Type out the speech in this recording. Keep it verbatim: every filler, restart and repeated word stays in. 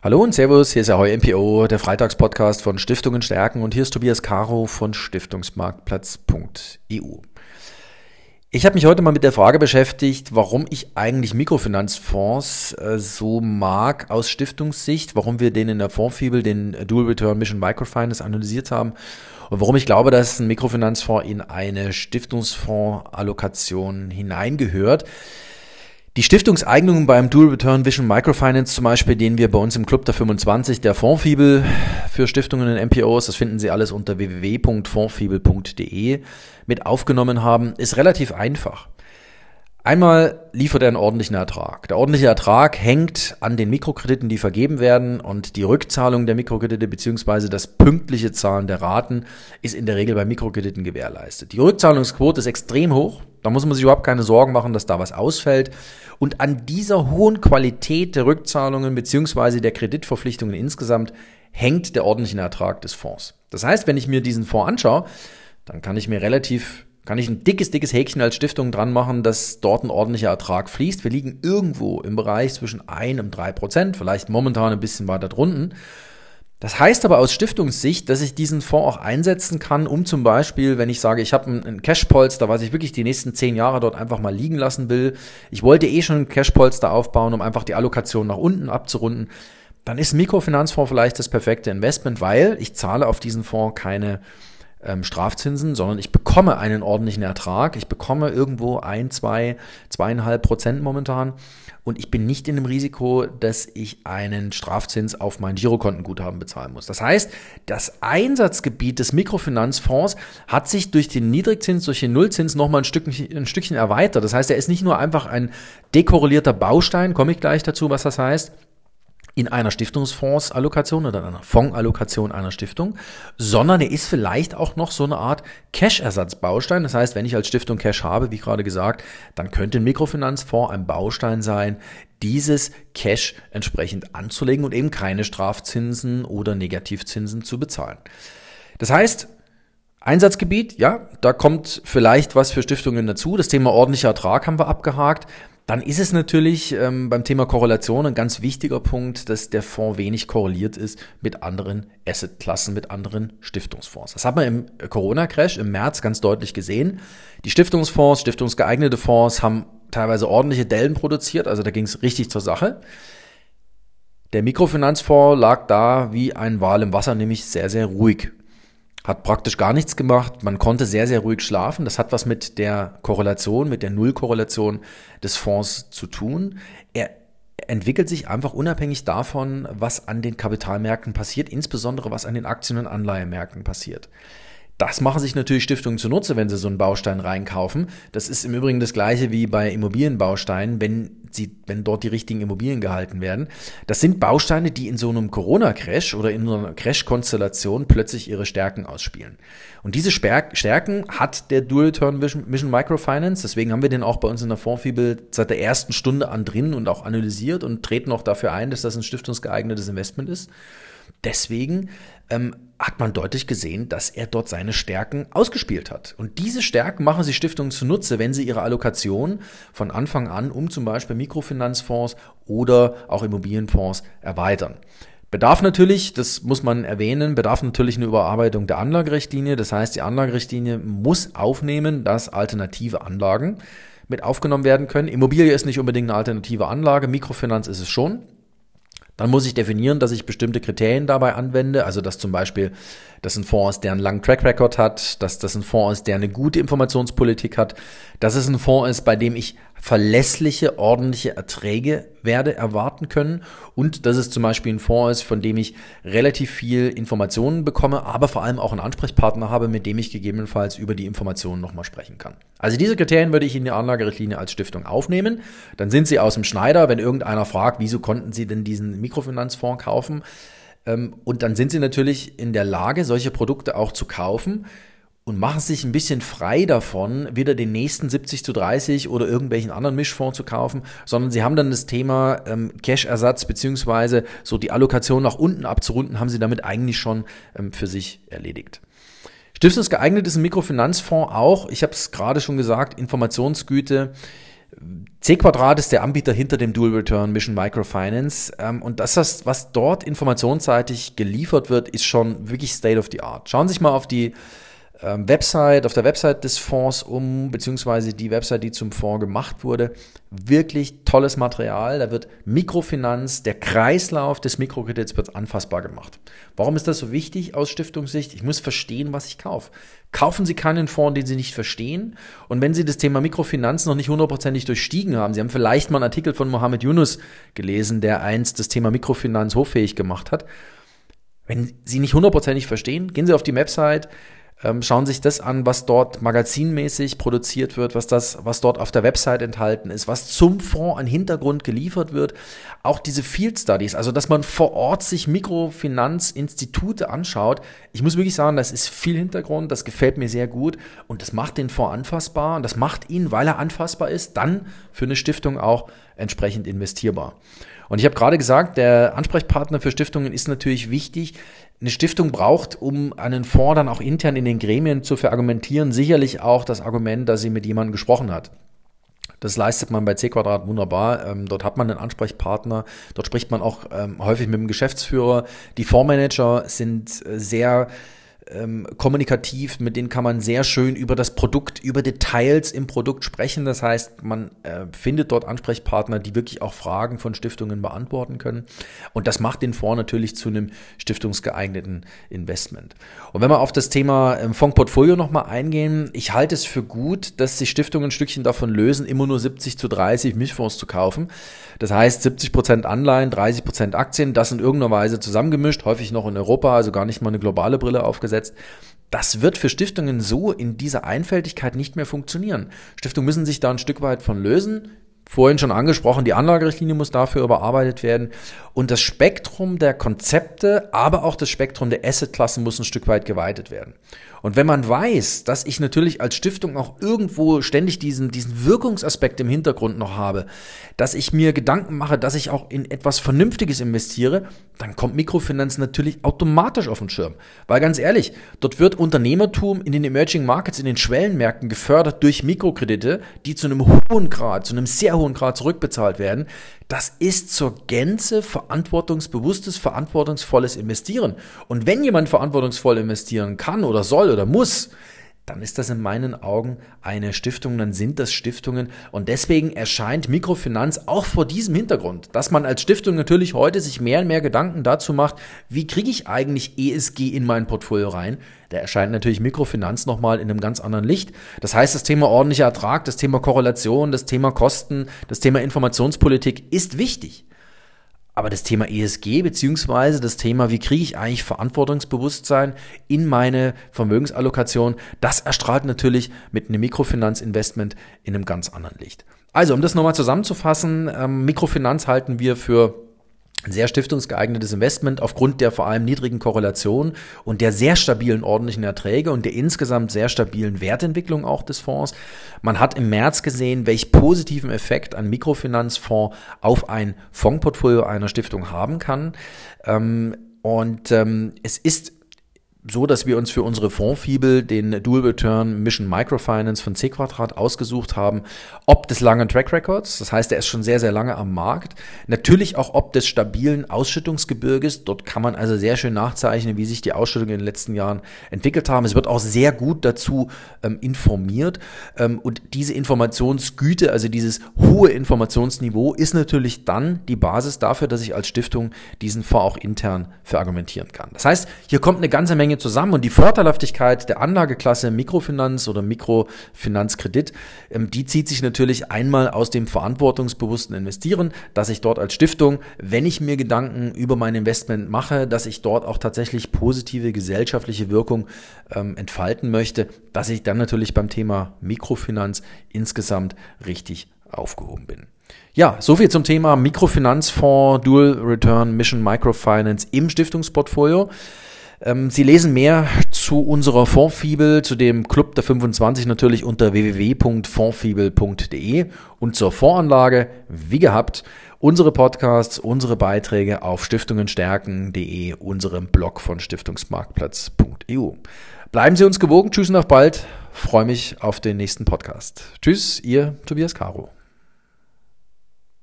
Hallo und Servus, hier ist Ahoi M P O, der Freitagspodcast von Stiftungen stärken und hier ist Tobias Caro von Stiftungsmarktplatz punkt e u. Ich habe mich heute mal mit der Frage beschäftigt, warum ich eigentlich Mikrofinanzfonds äh, so mag aus Stiftungssicht, warum wir den in der Fondsfibel, den Dual Return Mission Microfinance analysiert haben und warum ich glaube, dass ein Mikrofinanzfonds in eine Stiftungsfondsallokation hineingehört. Die Stiftungseignungen beim Dual Return Vision Microfinance zum Beispiel, den wir bei uns im Club der fünfundzwanzig der Fondsfibel für Stiftungen und M P Os, das finden Sie alles unter w w w punkt fondsfibel punkt d e, mit aufgenommen haben, ist relativ einfach. Einmal liefert er einen ordentlichen Ertrag. Der ordentliche Ertrag hängt an den Mikrokrediten, die vergeben werden, und die Rückzahlung der Mikrokredite bzw. das pünktliche Zahlen der Raten ist in der Regel bei Mikrokrediten gewährleistet. Die Rückzahlungsquote ist extrem hoch. Da muss man sich überhaupt keine Sorgen machen, dass da was ausfällt. Und an dieser hohen Qualität der Rückzahlungen bzw. der Kreditverpflichtungen insgesamt hängt der ordentliche Ertrag des Fonds. Das heißt, wenn ich mir diesen Fonds anschaue, dann kann ich mir relativ kann ich ein dickes, dickes Häkchen als Stiftung dran machen, dass dort ein ordentlicher Ertrag fließt. Wir liegen irgendwo im Bereich zwischen ein und drei Prozent, vielleicht momentan ein bisschen weiter drunten. Das heißt aber aus Stiftungssicht, dass ich diesen Fonds auch einsetzen kann, um zum Beispiel, wenn ich sage, ich habe einen Cashpolster, was ich wirklich die nächsten zehn Jahre dort einfach mal liegen lassen will, ich wollte eh schon einen Cashpolster aufbauen, um einfach die Allokation nach unten abzurunden, dann ist ein Mikrofinanzfonds vielleicht das perfekte Investment, weil ich zahle auf diesen Fonds keine ähm, Strafzinsen, sondern ich bekomme einen ordentlichen Ertrag. Ich bekomme irgendwo ein, zwei, zweieinhalb Prozent momentan. Und ich bin nicht in dem Risiko, dass ich einen Strafzins auf mein Girokontenguthaben bezahlen muss. Das heißt, das Einsatzgebiet des Mikrofinanzfonds hat sich durch den Niedrigzins, durch den Nullzins nochmal ein Stückchen, ein Stückchen erweitert. Das heißt, er ist nicht nur einfach ein dekorrelierter Baustein, komme ich gleich dazu, was das heißt, in einer Stiftungsfondsallokation oder in einer Fondsallokation einer Stiftung, sondern er ist vielleicht auch noch so eine Art Cash-Ersatzbaustein. Das heißt, wenn ich als Stiftung Cash habe, wie gerade gesagt, dann könnte ein Mikrofinanzfonds ein Baustein sein, dieses Cash entsprechend anzulegen und eben keine Strafzinsen oder Negativzinsen zu bezahlen. Das heißt, Einsatzgebiet, ja, da kommt vielleicht was für Stiftungen dazu. Das Thema ordentlicher Ertrag haben wir abgehakt. Dann ist es natürlich ähm, beim Thema Korrelation ein ganz wichtiger Punkt, dass der Fonds wenig korreliert ist mit anderen Assetklassen, mit anderen Stiftungsfonds. Das hat man im Corona-Crash im März ganz deutlich gesehen. Die Stiftungsfonds, stiftungsgeeignete Fonds haben teilweise ordentliche Dellen produziert, also da ging es richtig zur Sache. Der Mikrofinanzfonds lag da wie ein Wal im Wasser, nämlich sehr, sehr ruhig. Hat praktisch gar nichts gemacht, man konnte sehr, sehr ruhig schlafen. Das hat was mit der Korrelation, mit der Nullkorrelation des Fonds zu tun. Er entwickelt sich einfach unabhängig davon, was an den Kapitalmärkten passiert, insbesondere was an den Aktien- und Anleihemärkten passiert. Das machen sich natürlich Stiftungen zunutze, wenn sie so einen Baustein reinkaufen. Das ist im Übrigen das Gleiche wie bei Immobilienbausteinen, wenn sie, wenn dort die richtigen Immobilien gehalten werden. Das sind Bausteine, die in so einem Corona-Crash oder in so einer Crash-Konstellation plötzlich ihre Stärken ausspielen. Und diese Stärken hat der Dual Return Mission Microfinance. Deswegen haben wir den auch bei uns in der Fondsfibel seit der ersten Stunde an drin und auch analysiert und treten auch dafür ein, dass das ein stiftungsgeeignetes Investment ist. Deswegen ähm, hat man deutlich gesehen, dass er dort seine Stärken ausgespielt hat. Und diese Stärken machen sich Stiftungen zunutze, wenn sie ihre Allokation von Anfang an um zum Beispiel Mikrofinanzfonds oder auch Immobilienfonds erweitern. Bedarf natürlich, das muss man erwähnen, bedarf natürlich eine Überarbeitung der Anlagerichtlinie. Das heißt, die Anlagerichtlinie muss aufnehmen, dass alternative Anlagen mit aufgenommen werden können. Immobilie ist nicht unbedingt eine alternative Anlage, Mikrofinanz ist es schon. Dann muss ich definieren, dass ich bestimmte Kriterien dabei anwende, also dass zum Beispiel das ein Fonds ist, der einen langen Track Record hat, dass das ein Fonds ist, der eine gute Informationspolitik hat, dass es ein Fonds ist, bei dem ich verlässliche, ordentliche Erträge werde erwarten können und dass es zum Beispiel ein Fonds ist, von dem ich relativ viel Informationen bekomme, aber vor allem auch einen Ansprechpartner habe, mit dem ich gegebenenfalls über die Informationen nochmal sprechen kann. Also diese Kriterien würde ich in die Anlagerichtlinie als Stiftung aufnehmen. Dann sind Sie aus dem Schneider, wenn irgendeiner fragt, wieso konnten Sie denn diesen Mikrofinanzfonds kaufen? Und dann sind Sie natürlich in der Lage, solche Produkte auch zu kaufen und machen sich ein bisschen frei davon, wieder den nächsten siebzig zu dreißig oder irgendwelchen anderen Mischfonds zu kaufen, sondern Sie haben dann das Thema ähm, Cash-Ersatz beziehungsweise so die Allokation nach unten abzurunden, haben Sie damit eigentlich schon ähm, für sich erledigt. Stiftungsgeeignet ist ein Mikrofinanzfonds auch, ich habe es gerade schon gesagt, Informationsgüte C Quadrat ist der Anbieter hinter dem Dual Return Mission Microfinance ähm, und das, was dort informationsseitig geliefert wird, ist schon wirklich State of the Art. Schauen Sie sich mal auf die ähm, Website, auf der Website des Fonds um, beziehungsweise die Website, die zum Fonds gemacht wurde. Wirklich tolles Material. Da wird Mikrofinanz, der Kreislauf des Mikrokredits wird anfassbar gemacht. Warum ist das so wichtig aus Stiftungssicht? Ich muss verstehen, was ich kaufe. Kaufen Sie keinen Fonds, den Sie nicht verstehen. Und wenn Sie das Thema Mikrofinanz noch nicht hundertprozentig durchstiegen haben, Sie haben vielleicht mal einen Artikel von Mohammed Yunus gelesen, der einst das Thema Mikrofinanz hoffähig gemacht hat. Wenn Sie nicht hundertprozentig verstehen, gehen Sie auf die Website, ähm, schauen sich das an, was dort magazinmäßig produziert wird, was das, was dort auf der Website enthalten ist, was zum Fonds an Hintergrund geliefert wird. Auch diese Field Studies, also dass man vor Ort sich Mikrofinanzinstitute anschaut. Ich muss wirklich sagen, das ist viel Hintergrund, das gefällt mir sehr gut und das macht den Fonds anfassbar und das macht ihn, weil er anfassbar ist, dann für eine Stiftung auch entsprechend investierbar. Und ich habe gerade gesagt, der Ansprechpartner für Stiftungen ist natürlich wichtig. Eine Stiftung braucht, um einen Fonds dann auch intern in den Gremien zu verargumentieren, sicherlich auch das Argument, dass sie mit jemandem gesprochen hat. Das leistet man bei C Quadrat wunderbar. Ähm, dort hat man einen Ansprechpartner. Dort spricht man auch ähm, häufig mit dem Geschäftsführer. Die Fondsmanager sind äh, sehr ähm, kommunikativ. Mit denen kann man sehr schön über das Produkt, über Details im Produkt sprechen. Das heißt, man äh, findet dort Ansprechpartner, die wirklich auch Fragen von Stiftungen beantworten können. Und das macht den Fonds natürlich zu einem stiftungsgeeigneten Investment. Und wenn wir auf das Thema ähm, Fondsportfolio nochmal eingehen, ich halte es für gut, dass sich Stiftungen ein Stückchen davon lösen, immer nur siebzig zu dreißig Mischfonds zu kaufen. Das heißt, siebzig Prozent Anleihen, dreißig Prozent Aktien, das in irgendeiner Weise zusammengemischt, häufig noch in Europa, also gar nicht mal eine globale Brille aufgesetzt. Das wird für Stiftungen so in dieser Einfältigkeit nicht mehr funktionieren. Stiftungen müssen sich da ein Stück weit von lösen. Vorhin schon angesprochen, die Anlagerichtlinie muss dafür überarbeitet werden. Und das Spektrum der Konzepte, aber auch das Spektrum der Assetklassen muss ein Stück weit geweitet werden. Und wenn man weiß, dass ich natürlich als Stiftung auch irgendwo ständig diesen, diesen Wirkungsaspekt im Hintergrund noch habe, dass ich mir Gedanken mache, dass ich auch in etwas Vernünftiges investiere, dann kommt Mikrofinanz natürlich automatisch auf den Schirm. Weil ganz ehrlich, dort wird Unternehmertum in den Emerging Markets, in den Schwellenmärkten gefördert durch Mikrokredite, die zu einem hohen Grad, zu einem sehr hohen Grad zurückbezahlt werden. Das ist zur Gänze verantwortungsbewusstes, verantwortungsvolles Investieren. Und wenn jemand verantwortungsvoll investieren kann oder soll oder muss, dann ist das in meinen Augen eine Stiftung, dann sind das Stiftungen. Und deswegen erscheint Mikrofinanz auch vor diesem Hintergrund, dass man als Stiftung natürlich heute sich mehr und mehr Gedanken dazu macht, wie kriege ich eigentlich E S G in mein Portfolio rein? Da erscheint natürlich Mikrofinanz nochmal in einem ganz anderen Licht. Das heißt, das Thema ordentlicher Ertrag, das Thema Korrelation, das Thema Kosten, das Thema Informationspolitik ist wichtig. Aber das Thema E S G beziehungsweise das Thema, wie kriege ich eigentlich Verantwortungsbewusstsein in meine Vermögensallokation, das erstrahlt natürlich mit einem Mikrofinanzinvestment in einem ganz anderen Licht. Also, um das nochmal zusammenzufassen, ähm, Mikrofinanz halten wir für ein sehr stiftungsgeeignetes Investment aufgrund der vor allem niedrigen Korrelation und der sehr stabilen ordentlichen Erträge und der insgesamt sehr stabilen Wertentwicklung auch des Fonds. Man hat im März gesehen, welch positiven Effekt ein Mikrofinanzfonds auf ein Fondsportfolio einer Stiftung haben kann. Und es ist so, dass wir uns für unsere Fondsfibel den Dual Return Mission Microfinance von C Quadrat ausgesucht haben, ob des langen Track Records, das heißt, er ist schon sehr, sehr lange am Markt, natürlich auch ob des stabilen Ausschüttungsgebirges, dort kann man also sehr schön nachzeichnen, wie sich die Ausschüttungen in den letzten Jahren entwickelt haben. Es wird auch sehr gut dazu ähm, informiert ähm, und diese Informationsgüte, also dieses hohe Informationsniveau ist natürlich dann die Basis dafür, dass ich als Stiftung diesen Fonds auch intern verargumentieren kann. Das heißt, hier kommt eine ganze Menge zusammen und die Vorteilhaftigkeit der Anlageklasse Mikrofinanz oder Mikrofinanzkredit, ähm, die zieht sich natürlich einmal aus dem verantwortungsbewussten Investieren, dass ich dort als Stiftung, wenn ich mir Gedanken über mein Investment mache, dass ich dort auch tatsächlich positive gesellschaftliche Wirkung ähm, entfalten möchte, dass ich dann natürlich beim Thema Mikrofinanz insgesamt richtig aufgehoben bin. Ja, soviel zum Thema Mikrofinanzfonds Dual Return Mission Microfinance im Stiftungsportfolio. Sie lesen mehr zu unserer Fondsfibel, zu dem Club der fünfundzwanzig natürlich unter w w w punkt fondsfibel punkt d e und zur Fondsanlage, wie gehabt, unsere Podcasts, unsere Beiträge auf stiftungenstärken punkt d e, unserem Blog von stiftungsmarktplatz punkt e u. Bleiben Sie uns gewogen, tschüss und auf bald, freue mich auf den nächsten Podcast. Tschüss, Ihr Tobias Caro.